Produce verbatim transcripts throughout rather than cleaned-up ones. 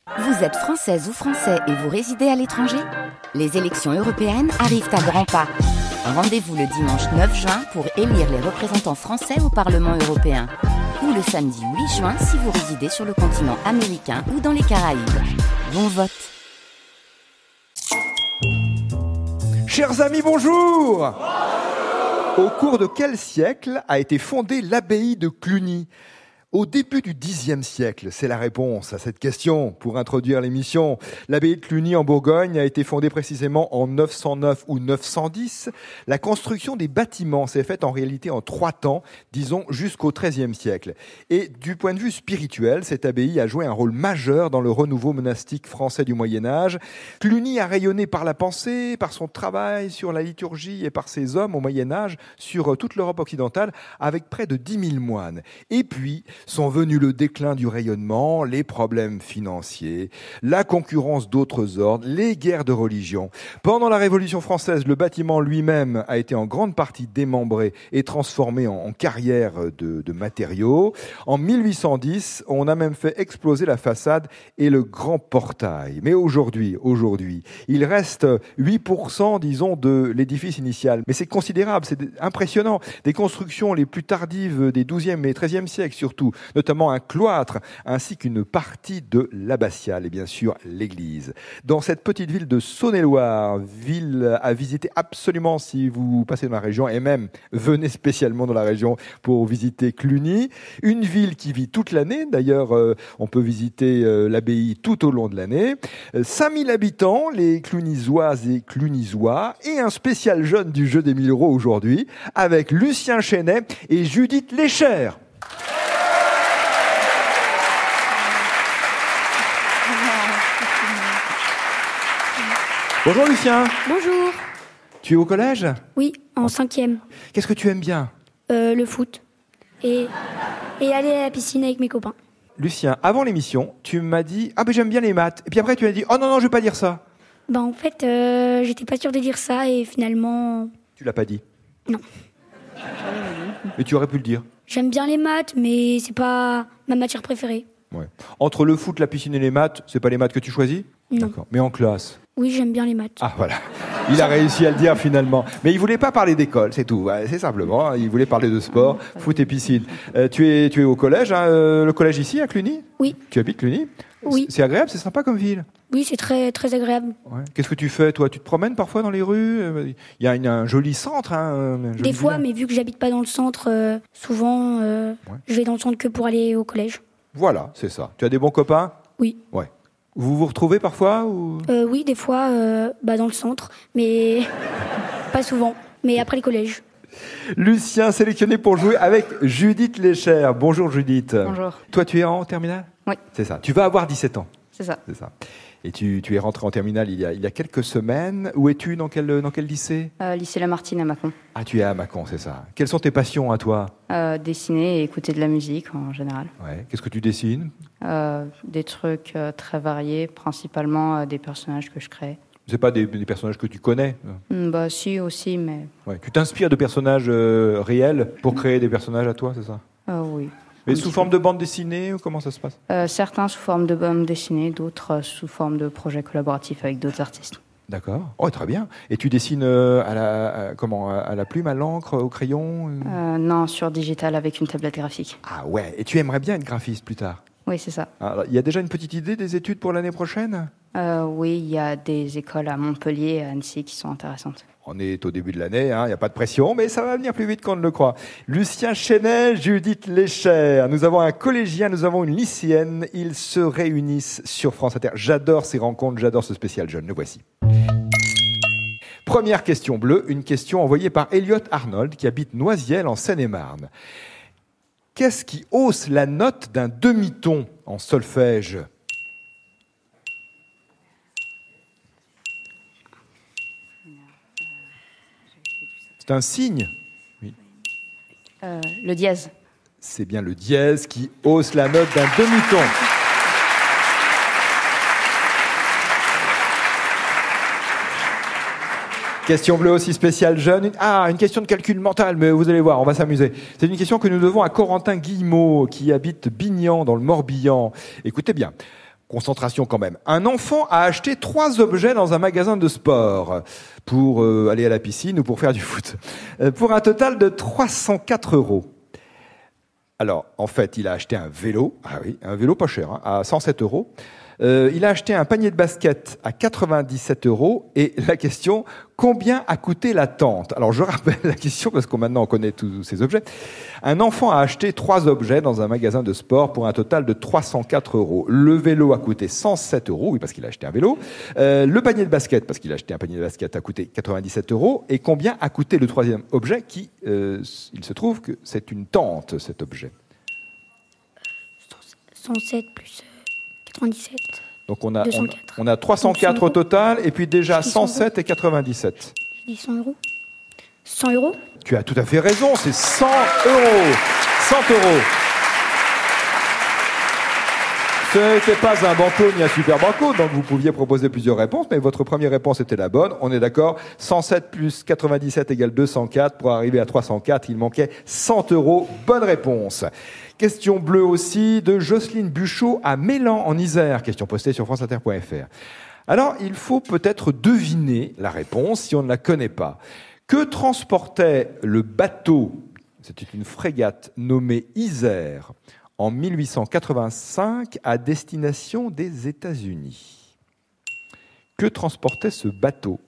Vous êtes française ou français et vous résidez à l'étranger ? Les élections européennes arrivent à grands pas. Rendez-vous le dimanche neuf juin pour élire les représentants français au Parlement européen. Ou le samedi huit juin si vous résidez sur le continent américain ou dans les Caraïbes. Bon vote. Chers amis, bonjour. Bonjour. Au cours de quel siècle a été fondée l'abbaye de Cluny ? Au début du dixième siècle, c'est la réponse à cette question pour introduire l'émission. L'abbaye de Cluny en Bourgogne a été fondée précisément en neuf cent neuf ou neuf cent dix. La construction des bâtiments s'est faite en réalité en trois temps, disons jusqu'au treizième siècle. Et du point de vue spirituel, cette abbaye a joué un rôle majeur dans le renouveau monastique français du Moyen-Âge. Cluny a rayonné par la pensée, par son travail sur la liturgie et par ses hommes au Moyen-Âge sur toute l'Europe occidentale avec près de dix mille moines. Et puis, sont venus le déclin du rayonnement, les problèmes financiers, la concurrence d'autres ordres, les guerres de religion. Pendant la Révolution française, le bâtiment lui-même a été en grande partie démembré et transformé en, en carrière de, de matériaux. En mille huit cent dix, on a même fait exploser la façade et le grand portail. Mais aujourd'hui, aujourd'hui, il reste huit pour cent, disons, de l'édifice initial. Mais c'est considérable, c'est impressionnant. Des constructions les plus tardives des douzième et treizième siècles surtout, notamment un cloître, ainsi qu'une partie de l'abbatiale et bien sûr l'église. Dans cette petite ville de Saône-et-Loire, ville à visiter absolument si vous passez dans la région, et même venez spécialement dans la région pour visiter Cluny, une ville qui vit toute l'année, d'ailleurs euh, on peut visiter euh, l'abbaye tout au long de l'année, euh, cinq mille habitants, les Clunisoises et Clunisois, et un spécial jeune du jeu des mille euros aujourd'hui, avec Lucien Chenet et Judith Lécher. Bonjour Lucien. Bonjour. Tu es au collège ? Oui, en cinquième. Qu'est-ce que tu aimes bien ? euh, Le foot. Et, et aller à la piscine avec mes copains. Lucien, avant l'émission, tu m'as dit « Ah ben j'aime bien les maths ». Et puis après tu m'as dit « Oh non, non, je vais pas dire ça ». Bah en fait, euh, j'étais pas sûre de dire ça et finalement... Tu l'as pas dit ? Non. Mais tu aurais pu le dire. J'aime bien les maths, mais c'est pas ma matière préférée. Ouais. Entre le foot, la piscine et les maths, c'est pas les maths que tu choisis ? Non. D'accord. Mais en classe ? Oui, j'aime bien les maths. Ah voilà, il a réussi à le dire finalement. Mais il voulait pas parler d'école, c'est tout. Ouais, c'est simplement, il voulait parler de sport, foot et piscine. Euh, tu es, tu es au collège, hein, euh, le collège ici à Cluny ? Oui. Tu habites Cluny ? Oui. C'est agréable, c'est sympa comme ville. Oui, c'est très, très agréable. Ouais. Qu'est-ce que tu fais, toi ? Tu te promènes parfois dans les rues ? Il y a une, un joli centre. Hein, un joli Des fois, village. mais vu que j'habite pas dans le centre, euh, souvent, euh, Ouais. je vais dans le centre que pour aller au collège. Voilà, c'est ça. Tu as des bons copains ? Oui. Ouais. Vous vous retrouvez parfois ou... Euh, oui, des fois, euh, bah, dans le centre, mais pas souvent. Mais après le collège. Lucien, sélectionné pour jouer avec Judith Lécher. Bonjour Judith. Bonjour. Toi, tu es en terminale ? Oui. C'est ça. Tu vas avoir dix-sept ans. C'est ça. C'est ça. Et tu, tu es rentré en terminale il y a, il y a quelques semaines. Où es-tu ? Dans quel, dans quel lycée ? Euh, lycée Lamartine à Mâcon. Ah, tu es à Mâcon, c'est ça. Quelles sont tes passions à toi ? Euh, dessiner et écouter de la musique en général. Ouais. Qu'est-ce que tu dessines ? Euh, des trucs euh, très variés, principalement euh, des personnages que je crée. C'est pas des, des personnages que tu connais ? Mm, bah si aussi, mais Ouais. Tu t'inspires de personnages euh, réels pour créer des personnages à toi, c'est ça ? euh, oui. Mais Un sous petit forme peu. de bande dessinée, ou comment ça se passe ? Euh, certains sous forme de bande dessinée, d'autres euh, sous forme de projets collaboratifs avec d'autres artistes. D'accord. Oh, très bien. Et tu dessines euh, à la à- comment à la plume, à l'encre, au crayon euh Euh, non, sur digital avec une tablette graphique. Ah ouais. Et tu aimerais bien être graphiste plus tard ? Oui, c'est ça. Alors, il y a déjà une petite idée des études pour l'année prochaine ? Euh, oui, il y a des écoles à Montpellier et à Annecy qui sont intéressantes. On est au début de l'année, hein, il n'y a pas de pression, mais ça va venir plus vite qu'on ne le croit. Lucien Chenet, Judith Lécher. Nous avons un collégien, nous avons une lycéenne. Ils se réunissent sur France Inter. J'adore ces rencontres, j'adore ce spécial jeune. Le voici. Première question bleue, une question envoyée par Elliot Arnold, qui habite Noisiel en Seine-et-Marne. Qu'est-ce qui hausse la note d'un demi-ton en solfège ? C'est un signe. Oui. Euh, le dièse. C'est bien le dièse qui hausse la note d'un demi-ton. Question bleue aussi spéciale jeune. Ah, une question de calcul mental, mais vous allez voir, on va s'amuser. C'est une question que nous devons à Corentin Guillemot, qui habite Bignan, dans le Morbihan. Écoutez bien. Concentration quand même. Un enfant a acheté trois objets dans un magasin de sport pour euh, aller à la piscine ou pour faire du foot, euh, pour un total de trois cent quatre euros. Alors, en fait, il a acheté un vélo, ah oui, un vélo pas cher, hein, à cent sept euros. Euh, il a acheté un panier de basket à quatre-vingt-dix-sept euros. Et la question, combien a coûté la tente? Alors, je rappelle la question parce qu'on maintenant on connaît tous ces objets. Un enfant a acheté trois objets dans un magasin de sport pour un total de trois cent quatre euros. Le vélo a coûté cent sept euros, oui, parce qu'il a acheté un vélo. Euh, le panier de basket, parce qu'il a acheté un panier de basket, a coûté quatre-vingt-dix-sept euros. Et combien a coûté le troisième objet qui, euh, il se trouve que c'est une tente, cet objet. cent sept plus quatre-vingt-dix-sept. Donc on a, deux cent quatre. on, on a trois cent quatre au total, et puis déjà cent sept et quatre-vingt-dix-sept. Je dis cent euros. cent euros. Tu as tout à fait raison, c'est cent euros. cent euros. Ce n'était pas un banco ni un super banco, donc vous pouviez proposer plusieurs réponses, mais votre première réponse était la bonne. On est d'accord, cent sept plus quatre-vingt-dix-sept égale deux cent quatre. Pour arriver à trois cent quatre, il manquait cent euros. Bonne réponse. Question bleue aussi de Jocelyne Buchot à Mélan en Isère. Question postée sur france inter point f r. Alors, il faut peut-être deviner la réponse si on ne la connaît pas. Que transportait le bateau, c'était une frégate nommée Isère, en mille huit cent quatre-vingt-cinq à destination des États-Unis? Que transportait ce bateau?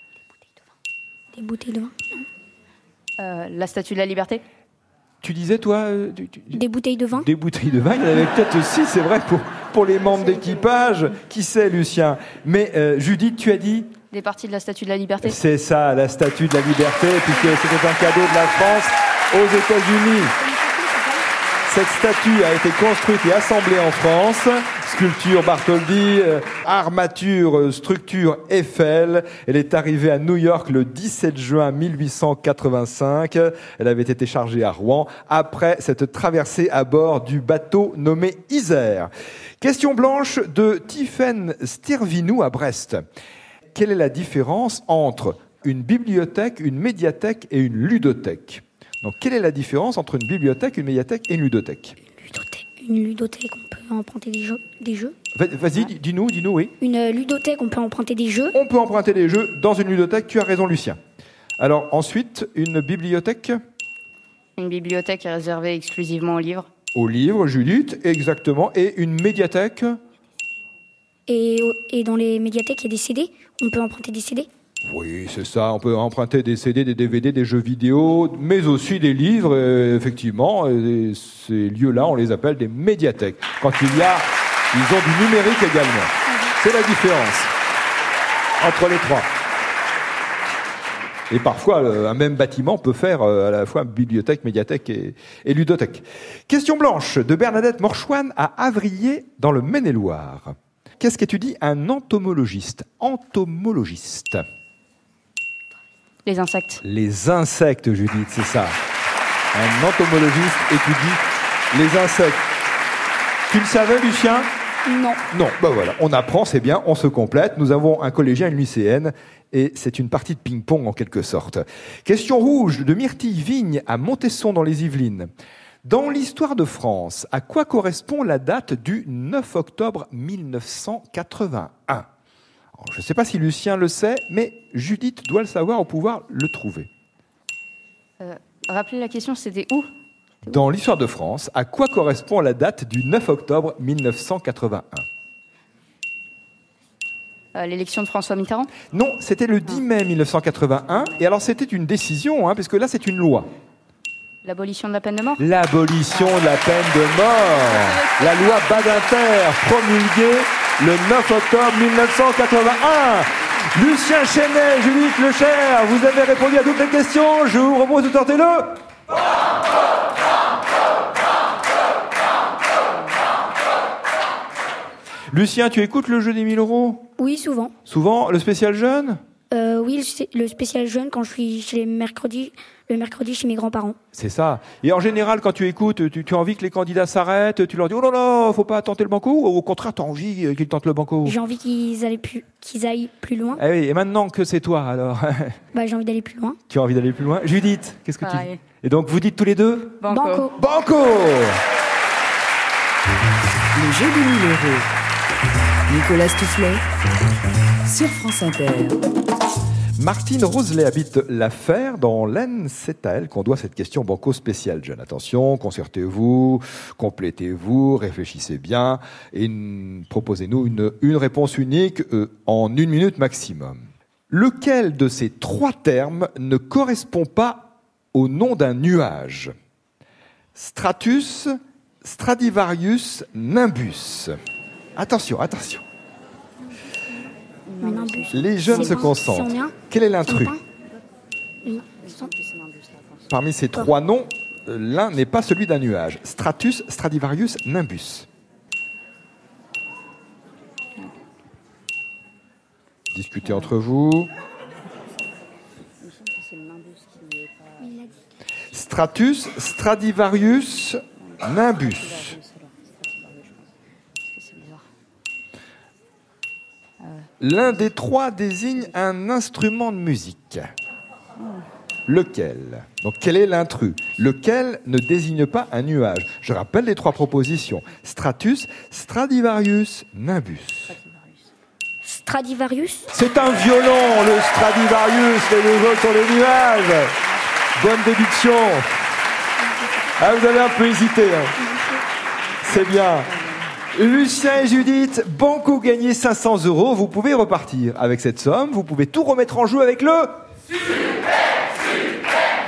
Des bouteilles de vin. Euh, la Statue de la Liberté. Tu disais, toi euh, tu, tu, Des bouteilles de vin. Des bouteilles de vin, il y en avait peut-être aussi, c'est vrai, pour, pour les membres d'équipage. Qui sait, Lucien? Mais euh, Judith, tu as dit? Des parties de la Statue de la Liberté. C'est ça, la Statue de la Liberté, puisque c'était un cadeau de la France aux États-Unis. Cette statue a été construite et assemblée en France. Sculpture Bartholdi, euh, armature, euh, structure Eiffel. Elle est arrivée à New York le dix-sept juin mille huit cent quatre-vingt-cinq. Elle avait été chargée à Rouen après cette traversée à bord du bateau nommé Isère. Question blanche de Tiffaine Stirvinou à Brest. Quelle est la différence entre une bibliothèque, une médiathèque et une ludothèque? Donc, quelle est la différence entre une bibliothèque, une médiathèque et une ludothèque? Une ludothèque, une ludothèque, on peut emprunter des jeux. Des jeux. Vas-y, dis-nous, dis-nous, oui. Une ludothèque, on peut emprunter des jeux. On peut emprunter des jeux dans une ludothèque, tu as raison, Lucien. Alors, ensuite, une bibliothèque? Une bibliothèque est réservée exclusivement aux livres. Aux livres, Judith, exactement. Et une médiathèque? Et, et dans les médiathèques, il y a des C D. On peut emprunter des C D. Oui, c'est ça. On peut emprunter des C D, des D V D, des jeux vidéo, mais aussi des livres. Et effectivement, et ces lieux-là, on les appelle des médiathèques. Quand il y a, ils ont du numérique également. C'est la différence entre les trois. Et parfois, un même bâtiment peut faire à la fois bibliothèque, médiathèque et, et ludothèque. Question blanche de Bernadette Morchoine à Avrier, dans le Maine-et-Loire. Qu'est-ce qu'étudie un entomologiste? Entomologiste. Les insectes. Les insectes, Judith, c'est ça. Un entomologiste étudie les insectes. Tu le savais, Lucien? Non. Non, ben voilà, on apprend, c'est bien, on se complète. Nous avons un collégien, une lycéenne, et c'est une partie de ping-pong en quelque sorte. Question rouge de Myrtille Vigne à Montesson dans les Yvelines. Dans l'histoire de France, à quoi correspond la date du neuf octobre mille neuf cent quatre-vingt-un? Alors, je ne sais pas si Lucien le sait, mais Judith doit le savoir pour pouvoir le trouver. Euh, rappelez la question, c'était où? Dans l'histoire de France, à quoi correspond la date du neuf octobre mille neuf cent quatre-vingt-un? euh, L'élection de François Mitterrand? Non, c'était le dix mai mille neuf cent quatre-vingt-un. Et alors, c'était une décision, hein, parce que là, c'est une loi. L'abolition de la peine de mort? L'abolition de la peine de mort. La loi Badinter, promulguée le neuf octobre mille neuf cent quatre-vingt-un. Lucien Chenet, Judith Lecher, vous avez répondu à toutes les questions. Je vous propose de tenter le... Lucien, tu écoutes le jeu des mille euros? Oui, souvent. Souvent, le spécial jeune? Euh, oui, le spécial jeune quand je suis chez les mercredis, le mercredi chez mes grands-parents. C'est ça. Et en général, quand tu écoutes, tu, tu as envie que les candidats s'arrêtent, tu leur dis « Oh là là, faut pas tenter le banco » ou au contraire, tu as envie qu'ils tentent le banco? J'ai envie qu'ils aillent plus, qu'ils aillent plus loin. Eh oui, et maintenant que c'est toi, alors? Bah, j'ai envie d'aller plus loin. Tu as envie d'aller plus loin? Judith, qu'est-ce que Pareil. tu dis? Et donc, vous dites tous les deux? Banco. Banco. Banco. Le jeu des mille euros. Nicolas Stoufflet sur France Inter. Martine Roselet habite La Fère dans l'Aisne. C'est à elle qu'on doit cette question banco spéciale. Jeune, attention, concertez-vous, complétez-vous, réfléchissez bien et proposez-nous une, une réponse unique euh, en une minute maximum. Lequel de ces trois termes ne correspond pas au nom d'un nuage ? Stratus, Stradivarius, Nimbus. Attention, attention. Les jeunes se concentrent. Quel est l'intrus ? Parmi ces trois noms, l'un n'est pas celui d'un nuage. Stratus, Stradivarius, Nimbus. Discutez entre vous. Stratus, Stradivarius, Nimbus. L'un des trois désigne un instrument de musique. Lequel ? Donc, quel est l'intrus ? Lequel ne désigne pas un nuage ? Je rappelle les trois propositions. Stratus, Stradivarius, Nimbus. Stradivarius. C'est un violon, le Stradivarius. Les deux autres sont les nuages. Bonne déduction. Ah, vous avez un peu hésité. Hein. C'est bien. Lucien et Judith, banco gagné cinq cents euros. Vous pouvez repartir avec cette somme. Vous pouvez tout remettre en jeu avec le... Super, super,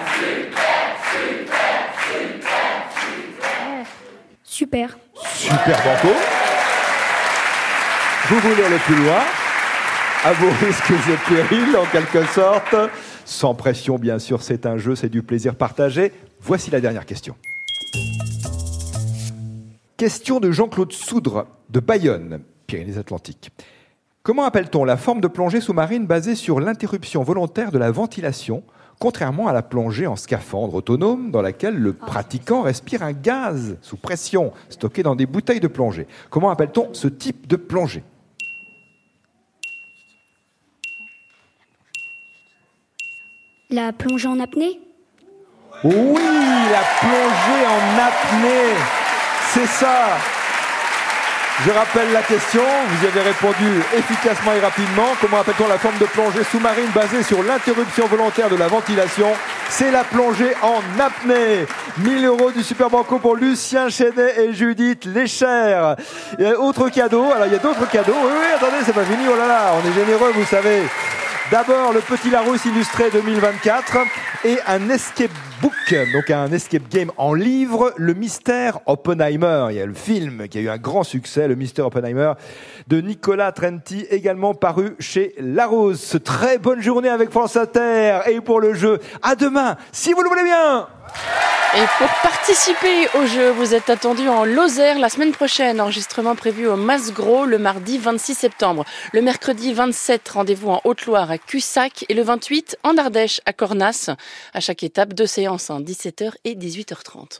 super, super, super. Super banco. Vous voulez aller plus loin ? À vos risques et périls, en quelque sorte. Sans pression, bien sûr, c'est un jeu, c'est du plaisir partagé. Voici la dernière question. Question de Jean-Claude Soudre, de Bayonne, Pyrénées-Atlantiques. Comment appelle-t-on la forme de plongée sous-marine basée sur l'interruption volontaire de la ventilation, contrairement à la plongée en scaphandre autonome dans laquelle le pratiquant respire un gaz sous pression stocké dans des bouteilles de plongée ? Comment appelle-t-on ce type de plongée ? La plongée en apnée ? Oui, la plongée en apnée, c'est ça. Je rappelle la question, vous y avez répondu efficacement et rapidement. Comment appelle-t-on la forme de plongée sous-marine basée sur l'interruption volontaire de la ventilation ? C'est la plongée en apnée. mille euros du Super Banco pour Lucien Chenet et Judith Léchère. Et autre cadeau, alors il y a d'autres cadeaux. Oui, oui, attendez, c'est pas fini, oh là là, on est généreux, vous savez. D'abord, le Petit Larousse illustré deux mille vingt-quatre et un escape book, donc un escape game en livre, Le Mystère Oppenheimer. Il y a le film qui a eu un grand succès, Le Mystère Oppenheimer, de Nicolas Trenti, également paru chez Larousse. Très bonne journée avec France Inter et pour le jeu. À demain, si vous le voulez bien. Et pour participer au jeu, vous êtes attendu en Lozère la semaine prochaine. Enregistrement prévu au Mas-Gros le mardi vingt-six septembre. Le mercredi vingt-sept, rendez-vous en Haute-Loire à Cussac. Et le vingt-huit, en Ardèche à Cornas. À chaque étape, deux séances, hein, dix-sept heures et dix-huit heures trente.